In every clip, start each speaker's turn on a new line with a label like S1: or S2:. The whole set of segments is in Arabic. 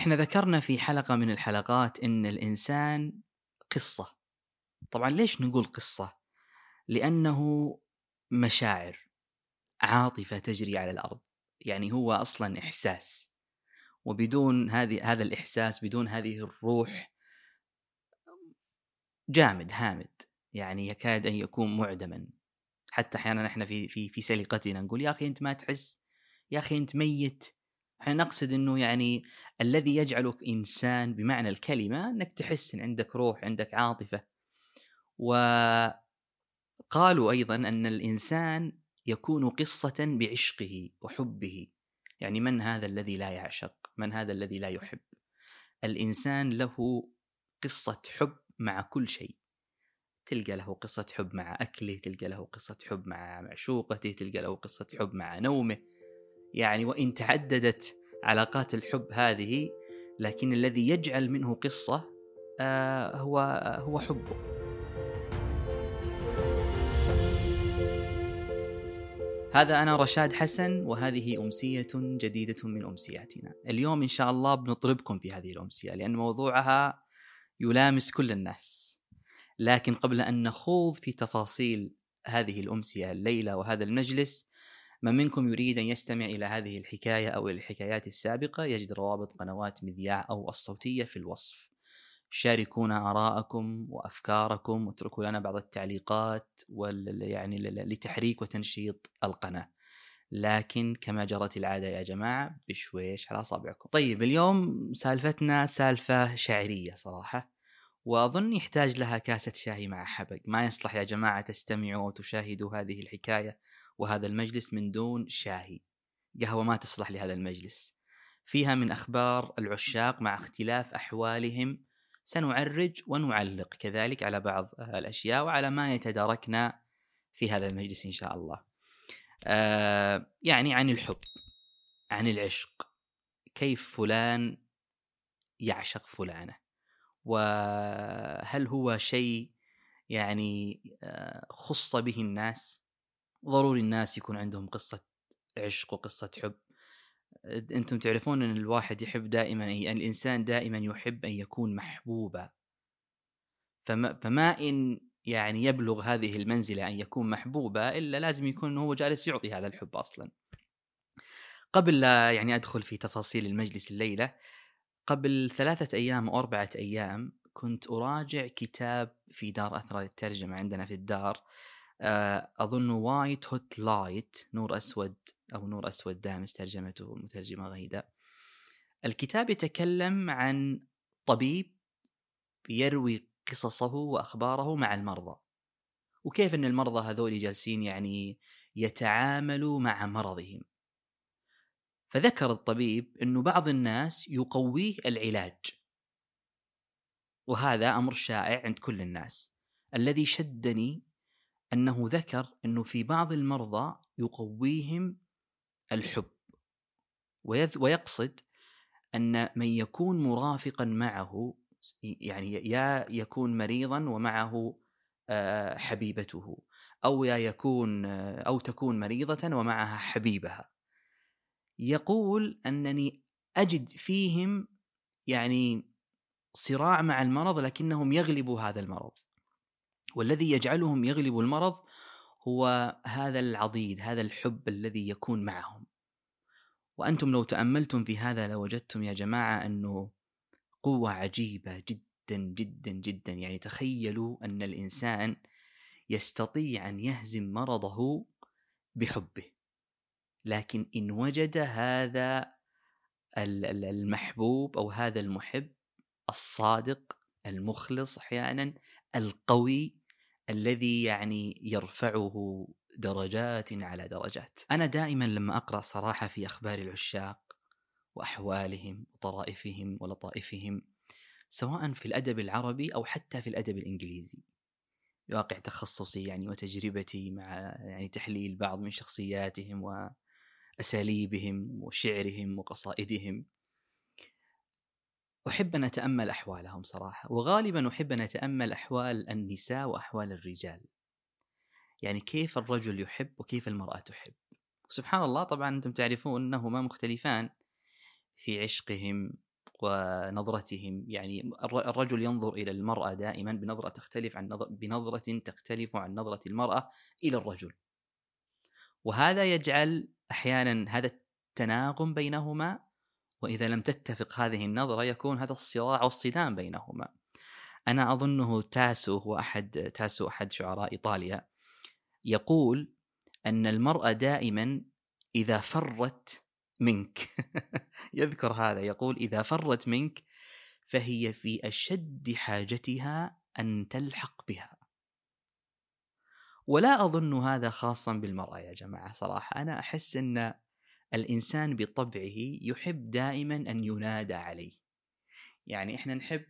S1: إحنا ذكرنا في حلقة من الحلقات إن الإنسان قصة. طبعًا ليش نقول قصة؟ لأنه مشاعر، عاطفة تجري على الأرض، يعني هو أصلًا إحساس، وبدون هذا الإحساس، بدون هذه الروح، جامد هامد، يعني يكاد أن يكون مُعدمًا. حتى أحيانًا إحنا في سليقتنا نقول: يا أخي أنت ما تحس، يا أخي أنت ميت. إحنا نقصد إنه يعني الذي يجعلك إنسان بمعنى الكلمة إنك تحس إن عندك روح، عندك عاطفة. وقالوا أيضًا أن الإنسان يكون قصة بعشقه وحبه. يعني من هذا الذي لا يعشق؟ من هذا الذي لا يحب؟ الإنسان له قصة حب مع كل شيء. تلقى له قصة حب مع أكله، تلقى له قصة حب مع معشوقته، تلقى له قصة حب مع نومه. يعني وإن تعددت علاقات الحب هذه، لكن الذي يجعل منه قصة هو حبه. هذا أنا رشاد حسن، وهذه أمسية جديدة من أمسياتنا. اليوم إن شاء الله بنطربكم في هذه الأمسية لأن موضوعها يلامس كل الناس. لكن قبل أن نخوض في تفاصيل هذه الأمسية الليلة وهذا المجلس، من منكم يريد أن يستمع إلى هذه الحكاية أو الحكايات السابقة يجد روابط قنوات مذياع أو الصوتية في الوصف. شاركونا آراءكم وأفكاركم واتركوا لنا بعض التعليقات يعني لتحريك وتنشيط القناة. لكن كما جرت العادة يا جماعة، بشويش على أصابعكم. طيب، اليوم سالفتنا سالفة شعرية صراحة، وأظن يحتاج لها كاسة شاهي مع حبق. ما يصلح يا جماعة تستمعوا وتشاهدوا هذه الحكاية وهذا المجلس من دون شاهي. قهوة ما تصلح لهذا المجلس. فيها من أخبار العشاق مع اختلاف أحوالهم. سنعرج ونعلق كذلك على بعض الأشياء وعلى ما يتداركنا في هذا المجلس إن شاء الله. يعني عن الحب، عن العشق، كيف فلان يعشق فلانة، وهل هو شيء يعني خص به الناس؟ ضروري الناس يكون عندهم قصة عشق وقصة حب. أنتم تعرفون أن الواحد يحب دائما، الإنسان دائما يحب أن يكون محبوبا. فما إن يعني يبلغ هذه المنزلة أن يكون محبوبا إلا لازم يكون هو جالس يعطي هذا الحب أصلا. قبل لا يعني أدخل في تفاصيل المجلس الليلة، قبل 3 أيام أو 4 أيام كنت أراجع كتاب في دار أثر للترجمة عندنا في الدار، أظن وايت هوت لايت، نور أسود أو نور أسود دامس، ترجمته المترجمة غيدة. الكتاب يتكلم عن طبيب يروي قصصه وأخباره مع المرضى، وكيف أن المرضى هذول جالسين يعني يتعاملوا مع مرضهم. فذكر الطبيب أنه بعض الناس يقويه العلاج، وهذا أمر شائع عند كل الناس. الذي شدني أنه ذكر أنه في بعض المرضى يقويهم الحب، ويقصد أن من يكون مرافقا معه، يعني يا يكون مريضا ومعه حبيبته، أو أو تكون مريضة ومعها حبيبها. يقول أنني أجد فيهم يعني صراع مع المرض، لكنهم يغلبوا هذا المرض، والذي يجعلهم يغلبوا المرض هو هذا العضيد، هذا الحب الذي يكون معهم. وأنتم لو تأملتم في هذا لوجدتم يا جماعة أنه قوة عجيبة جدا جدا جدا. يعني تخيلوا أن الإنسان يستطيع أن يهزم مرضه بحبه، لكن إن وجد هذا المحبوب أو هذا المحب الصادق المخلص، أحيانا القوي، الذي يعني يرفعه درجات على درجات. أنا دائما لما أقرأ صراحة في أخبار العشاق وأحوالهم وطرائفهم ولطائفهم، سواء في الأدب العربي أو حتى في الأدب الإنجليزي، بواقع تخصصي يعني وتجربتي مع يعني تحليل بعض من شخصياتهم وأساليبهم وشعرهم وقصائدهم، أحب أن أتأمل أحوالهم صراحة. وغالبا أحب أن أتأمل أحوال النساء وأحوال الرجال، يعني كيف الرجل يحب وكيف المرأة تحب. سبحان الله، طبعا أنتم تعرفون أنهما مختلفان في عشقهم ونظرتهم. يعني الرجل ينظر إلى المرأة دائما بنظرة تختلف عن نظرة المرأة إلى الرجل، وهذا يجعل أحيانا هذا التناغم بينهما، وإذا لم تتفق هذه النظرة يكون هذا الصراع والصدام بينهما. أنا أظنه تاسو أحد شعراء إيطاليا يقول أن المرأة دائما إذا فرت منك يذكر هذا، يقول إذا فرت منك فهي في أشد حاجتها أن تلحق بها. ولا أظن هذا خاصا بالمرأة يا جماعة صراحة. أنا أحس أن الإنسان بطبعه يحب دائما أن ينادى عليه. يعني إحنا نحب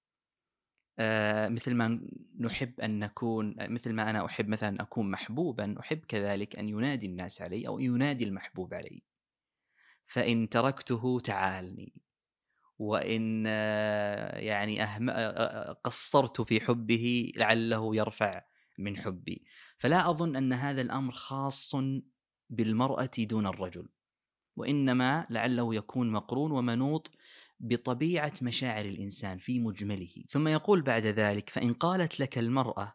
S1: مثل ما نحب أن نكون، مثل ما أنا أحب مثلا أكون محبوبا، أحب كذلك أن ينادي الناس علي أو ينادي المحبوب علي. فإن تركته تعالني، وإن يعني قصرت في حبه لعله يرفع من حبي. فلا أظن أن هذا الأمر خاص بالمرأة دون الرجل، وإنما لعله يكون مقرون ومنوط بطبيعة مشاعر الإنسان في مجمله. ثم يقول بعد ذلك: فإن قالت لك المرأة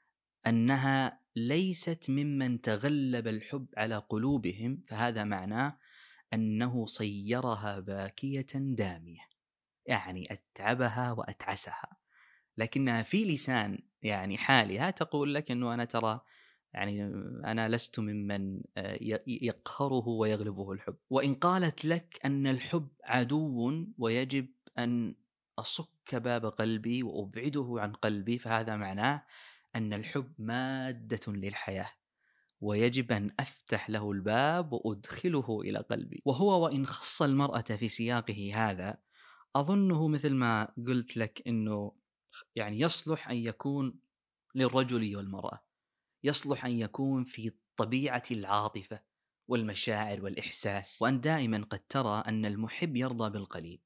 S1: أنها ليست ممن تغلب الحب على قلوبهم، فهذا معناه أنه صيرها باكية دامية، يعني أتعبها وأتعسها، لكنها في لسان يعني حالها تقول لك أنه أنا ترى يعني أنا لست ممن يقهره ويغلبه الحب. وإن قالت لك أن الحب عدو ويجب أن أصك باب قلبي وأبعده عن قلبي، فهذا معناه أن الحب مادة للحياة ويجب أن أفتح له الباب وأدخله إلى قلبي. وهو وإن خص المرأة في سياقه هذا، أظنه مثل ما قلت لك أنه يعني يصلح أن يكون للرجل والمرأة، يصلح أن يكون في طبيعة العاطفة والمشاعر والإحساس. وأن دائما قد ترى أن المحب يرضى بالقليل،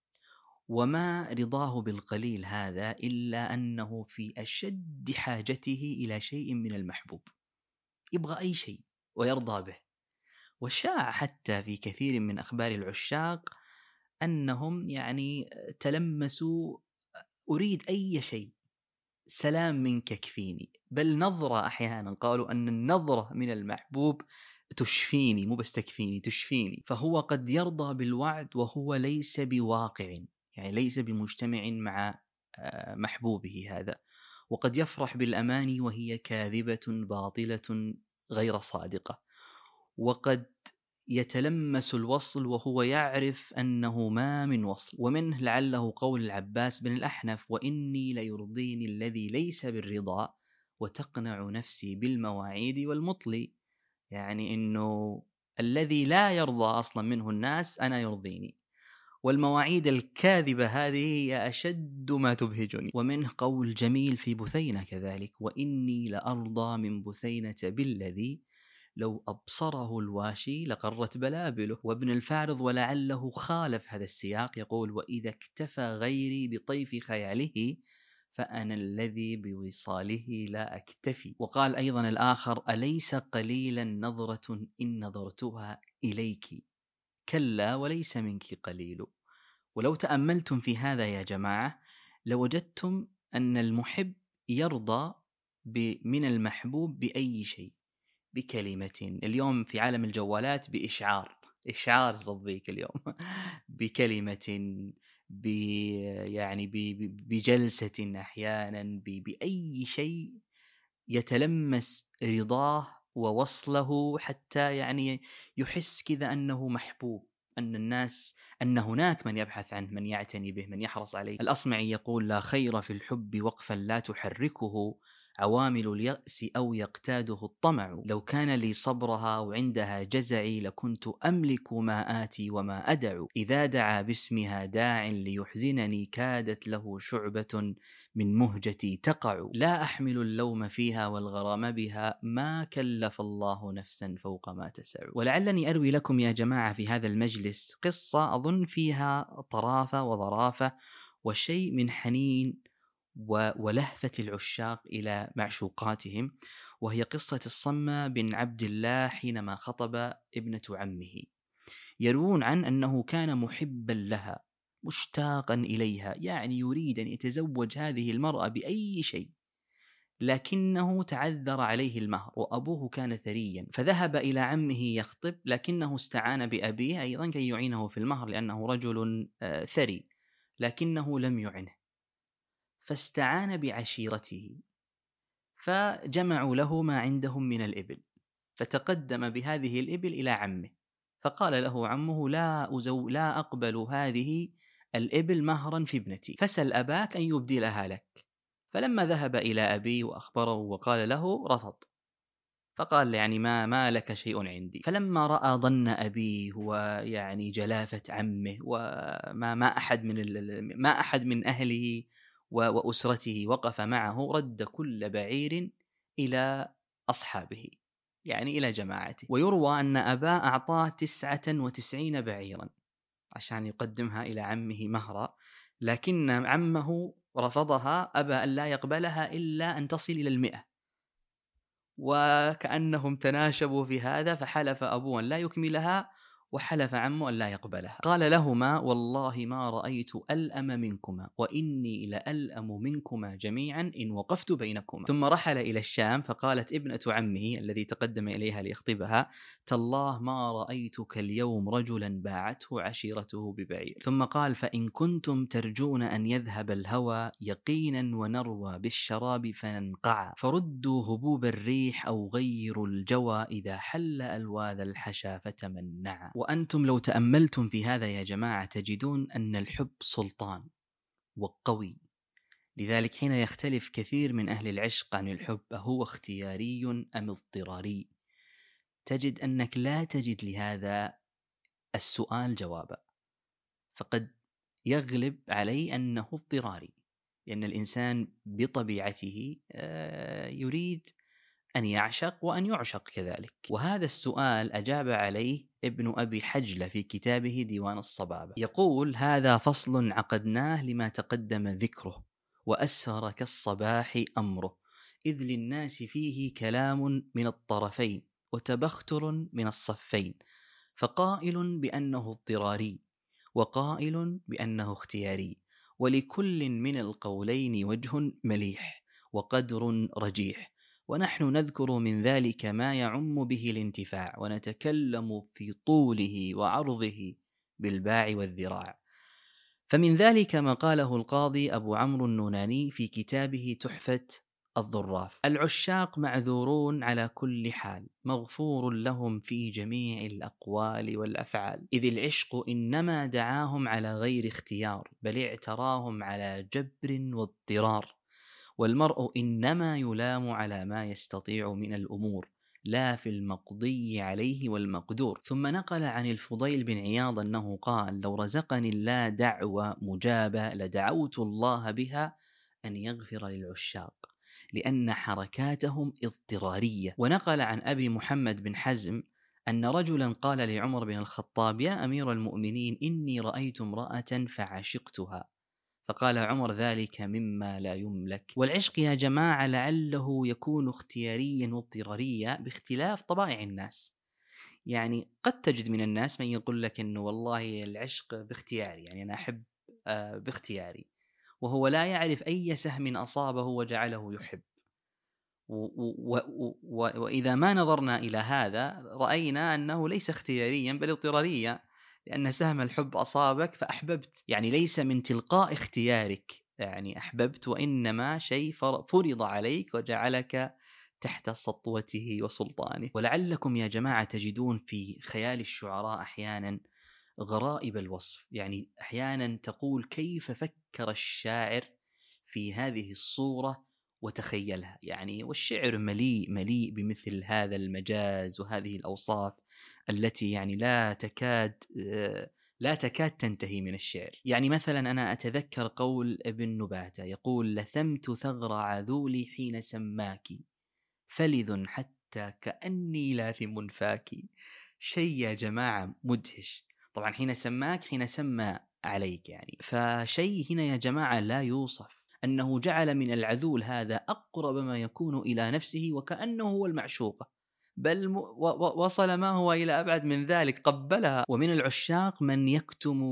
S1: وما رضاه بالقليل هذا إلا أنه في أشد حاجته إلى شيء من المحبوب، يبغى أي شيء ويرضى به. وشاع حتى في كثير من أخبار العشاق أنهم يعني تلمسوا: أريد أي شيء، سلام منك كفيني. بل نظرة، أحيانا قالوا أن النظرة من المحبوب تشفيني، مو بس تكفيني، تشفيني. فهو قد يرضى بالوعد وهو ليس بواقع، يعني ليس بمجتمع مع محبوبه هذا، وقد يفرح بالأماني وهي كاذبة باطلة غير صادقة، وقد يتلمس الوصل وهو يعرف أنه ما من وصل. ومنه لعله قول العباس بن الأحنف: وإني ليرضيني الذي ليس بالرضا وتقنع نفسي بالمواعيد والمطل. يعني أنه الذي لا يرضى أصلا منه الناس أنا يرضيني، والمواعيد الكاذبة هذه هي أشد ما تبهجني. ومنه قول جميل في بثينة كذلك: وإني لأرضى من بثينة بالذي لو أبصره الواشي لقرت بلابله. وابن الفارض ولعله خالف هذا السياق يقول: وإذا اكتفى غيري بطيف خياله فأنا الذي بوصاله لا أكتفي. وقال أيضا الآخر: أليس قليلا نظرة إن نظرتها إليك، كلا وليس منك قليل. ولو تأملتم في هذا يا جماعة لوجدتم أن المحب يرضى من المحبوب بأي شيء، بكلمة. اليوم في عالم الجوالات بإشعار رضيك اليوم بكلمة، يعني بجلسة، أحيانا بأي شيء يتلمس رضاه ووصله، حتى يعني يحس كذا أنه محبوب، أن الناس، أن هناك من يبحث عنه، من يعتني به، من يحرص عليه. الأصمعي يقول: لا خير في الحب وقفا لا تحركه عوامل اليأس أو يقتاده الطمع. لو كان لي صبرها وعندها جزعي لكنت أملك ما آتي وما أدع. إذا دعا باسمها داع ليحزنني كادت له شعبة من مهجتي تقع. لا أحمل اللوم فيها والغرام بها ما كلف الله نفسا فوق ما تسع. ولعلني أروي لكم يا جماعة في هذا المجلس قصة أظن فيها طرافة وظرافة وشيء من حنين ولهفة العشاق إلى معشوقاتهم، وهي قصة الصمة بن عبد الله حينما خطب ابنة عمه. يروون عن أنه كان محبا لها مشتاقا إليها، يعني يريد أن يتزوج هذه المرأة بأي شيء، لكنه تعذر عليه المهر وأبوه كان ثريا، فذهب إلى عمه يخطب، لكنه استعان بأبيه أيضا كي يعينه في المهر لأنه رجل ثري، لكنه لم يعنه، فاستعان بعشيرته فجمعوا له ما عندهم من الإبل، فتقدم بهذه الإبل إلى عمه، فقال له عمه: لا أقبل هذه الإبل مهرا في ابنتي، فسل أباك أن يبدلها لك. فلما ذهب إلى أبيه وأخبره وقال له، رفض، فقال: يعني ما لك شيء عندي. فلما رأى ظن أبيه ويعني جلافة عمه وما أحد من أهله وأسرته وقف معه، رد كل بعير إلى أصحابه، يعني إلى جماعته. ويروى أن أباه أعطاه 99 بعيرا عشان يقدمها إلى عمه مهرا، لكن عمه رفضها، أبى أن لا يقبلها إلا أن تصل إلى 100، وكأنهم تناشبوا في هذا، فحلف أبوه أن لا يكملها وحلف عمه أن لا يقبلها. قال لهما: والله ما رأيت ألأم منكما، وإني لألأم منكما جميعا إن وقفت بينكما. ثم رحل إلى الشام، فقالت ابنة عمه الذي تقدم إليها ليخطبها: تالله ما رأيتك اليوم رجلا باعته عشيرته ببعير. ثم قال: فإن كنتم ترجون أن يذهب الهوى يقينا ونروى بالشراب فننقع، فردوا هبوب الريح أو غيروا الجوى، إذا حل ألواذ الحشا فتمنع. وأنتم لو تأملتم في هذا يا جماعة تجدون أن الحب سلطان وقوي، لذلك حين يختلف كثير من أهل العشق عن الحب أهو اختياري أم اضطراري، تجد أنك لا تجد لهذا السؤال جوابا، فقد يغلب علي أنه اضطراري، لأن الإنسان بطبيعته يريد أن يعشق وأن يعشق كذلك. وهذا السؤال أجاب عليه ابن أبي حجلة في كتابه ديوان الصبابة، يقول: هذا فصل عقدناه لما تقدم ذكره، وأسهر كالصباح أمره، إذ للناس فيه كلام من الطرفين وتبختر من الصفين، فقائل بأنه اضطراري وقائل بأنه اختياري، ولكل من القولين وجه مليح وقدر رجيح، ونحن نذكر من ذلك ما يعم به الانتفاع، ونتكلم في طوله وعرضه بالباع والذراع. فمن ذلك ما قاله القاضي أبو عمرو النوناني في كتابه تحفة الظراف: العشاق معذورون على كل حال، مغفور لهم في جميع الأقوال والأفعال، إذ العشق إنما دعاهم على غير اختيار، بل اعتراهم على جبر واضطرار، والمرء إنما يلام على ما يستطيع من الأمور، لا في المقضي عليه والمقدور. ثم نقل عن الفضيل بن عياض أنه قال: لو رزقني الله دعوة مجابة لدعوت الله بها أن يغفر للعشاق، لأن حركاتهم اضطرارية. ونقل عن أبي محمد بن حزم أن رجلا قال لعمر بن الخطاب: يا أمير المؤمنين، إني رأيت امرأة فعشقتها، فقال عمر: ذلك مما لا يملك. والعشق يا جماعة لعله يكون اختياريا واضطراريا باختلاف طبائع الناس، يعني قد تجد من الناس من يقول لك إنه والله العشق باختياري، يعني أنا أحب باختياري، وهو لا يعرف أي سهم أصابه وجعله يحب. وإذا ما نظرنا إلى هذا رأينا أنه ليس اختياريا بل اضطراريا، لأن سهم الحب أصابك فأحببت، يعني ليس من تلقاء اختيارك يعني أحببت، وإنما شيء فرض عليك وجعلك تحت سطوته وسلطانه. ولعلكم يا جماعة تجدون في خيال الشعراء أحيانا غرائب الوصف، يعني أحيانا تقول كيف فكر الشاعر في هذه الصورة وتخيلها، يعني والشعر مليء بمثل هذا المجاز وهذه الأوصاف التي يعني لا تكاد تنتهي من الشعر. يعني مثلا أنا أتذكر قول ابن نباتة يقول: لثمت ثغر عذولي حين سماكي، فلذ حتى كأني لاثم فاكي. شيء يا جماعة مدهش، طبعا حين سماك حين سمى عليك، يعني فشيء هنا يا جماعة لا يوصف، أنه جعل من العذول هذا أقرب ما يكون إلى نفسه وكأنه هو المعشوقة، بل وصل ما هو إلى أبعد من ذلك، قبلها. ومن العشاق من يكتم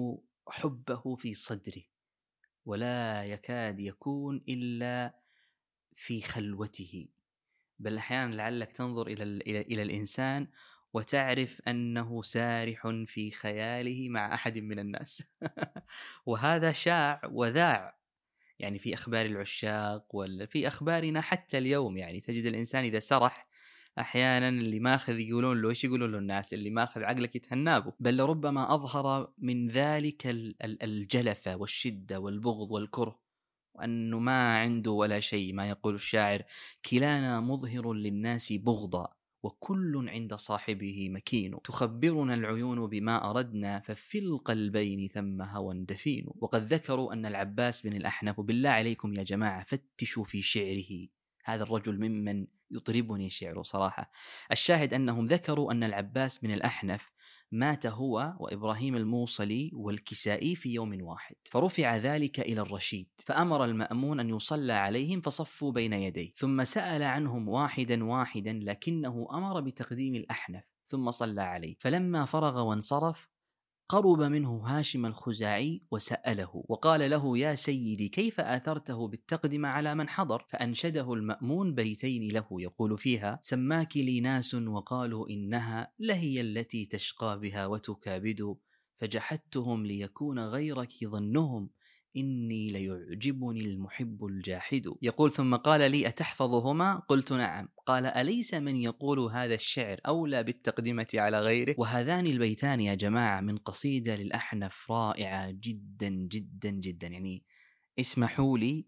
S1: حبه في صدره، ولا يكاد يكون إلا في خلوته. بل أحيانا لعلك تنظر إلى الإنسان وتعرف أنه سارح في خياله مع أحد من الناس. وهذا شاع وذاع يعني في أخبار العشاق ولا في أخبارنا حتى اليوم. يعني تجد الإنسان إذا سرح أحيانا اللي ماخذ يقولون له، إيش يقولون له الناس؟ اللي ماخذ عقلك يتهنابه. بل لربما أظهر من ذلك الجلفة والشدة والبغض والكره، وأنه ما عنده ولا شيء. ما يقول الشاعر: كلانا مظهر للناس بغضا، وكل عند صاحبه مكين. تخبرنا العيون بما أردنا، ففي القلبين ثم هوى دفين. وقد ذكروا أن العباس بن الأحنف، بالله عليكم يا جماعة فتشوا في شعره، هذا الرجل ممن يطربني شعره صراحة. الشاهد أنهم ذكروا أن العباس بن الأحنف مات هو وإبراهيم الموصلي والكسائي في يوم واحد، فرفع ذلك إلى الرشيد، فأمر المأمون أن يصلى عليهم فصفوا بين يديه، ثم سأل عنهم واحدا واحدا، لكنه أمر بتقديم الأحنف ثم صلى عليه. فلما فرغ وانصرف قرب منه هاشم الخزاعي وسأله وقال له: يا سيدي، كيف آثرته بالتقدم على من حضر؟ فأنشده المأمون بيتين له يقول فيها: سماك لي ناس وقالوا إنها لهي التي تشقى بها وتكابد، فجحدتهم ليكون غيرك ظنهم، إني ليعجبني المحب الجاحد. يقول: ثم قال لي: أتحفظهما؟ قلت: نعم. قال: أليس من يقول هذا الشعر أولى بالتقدمة على غيره؟ وهذان البيتان يا جماعة من قصيدة للأحنف رائعة جدا جدا جدا. يعني اسمحوا لي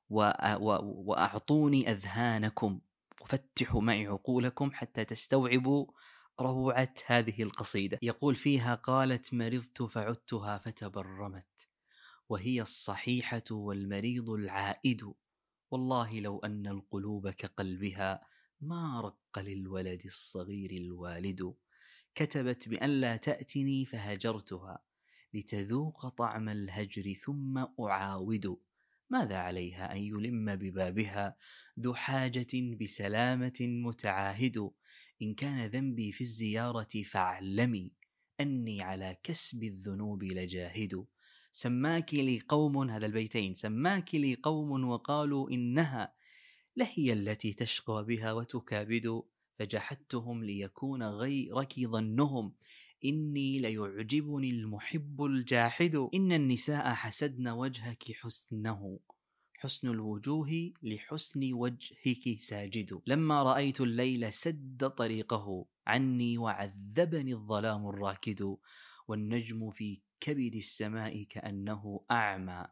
S1: وأعطوني أذهانكم وفتحوا معي عقولكم حتى تستوعبوا روعة هذه القصيدة. يقول فيها: قالت مرضت فعدتها فتبرمت، وهي الصحيحة والمريض العائد، والله لو أن القلوب كقلبها ما رق للولد الصغير الوالد. كتبت بأن لا تأتني فهجرتها لتذوق طعم الهجر ثم أعاود، ماذا عليها أن يلم ببابها ذو حاجة بسلامة متعاهد. إن كان ذنبي في الزيارة فاعلمي أني على كسب الذنوب لجاهد. سماك لي قوم، هذا البيتين: سماك لي قوم وقالوا إنها لهي التي تشقى بها وتكابد، فجحدتهم ليكون غيرك ظنهم، إني ليعجبني المحب الجاحد. إن النساء حسدن وجهك حسنه، حسن الوجوه لحسن وجهك ساجد. لما رأيت الليل سد طريقه عني، وعذبني الظلام الراكد، والنجم في كبد السماء كأنه أعمى،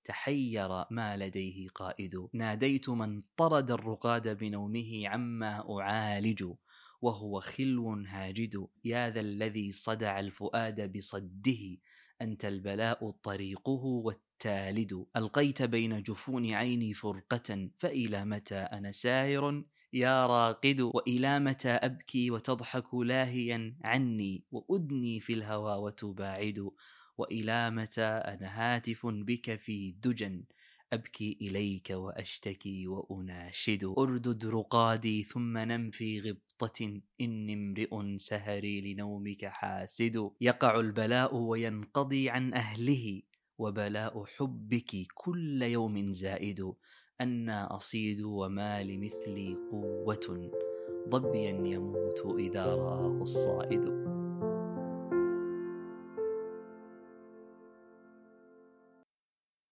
S1: تحير ما لديه قائد. ناديت من طرد الرقاد بنومه عما أعالج، وهو خلو هاجد. يا ذا الذي صدع الفؤاد بصده، أنت البلاء طريقه والتالد. ألقيت بين جفون عيني فرقة، فإلى متى أنا سائر يا راقد؟ وإلى متى أبكي وتضحك لاهيا عني، وأدني في الهوى وتباعد؟ وإلى متى أنا هاتف بك في دجى، أبكي إليك وأشتكي وأناشد؟ أردد رقادي ثم نم في غبطة، إني امرئ سهري لنومك حاسد. يقع البلاء وينقضي عن أهله، وبلاء حبك كل يوم زائد. أنا أصيد وما لمثلي قوة، ظبيا يموت إذا رآه الصائد.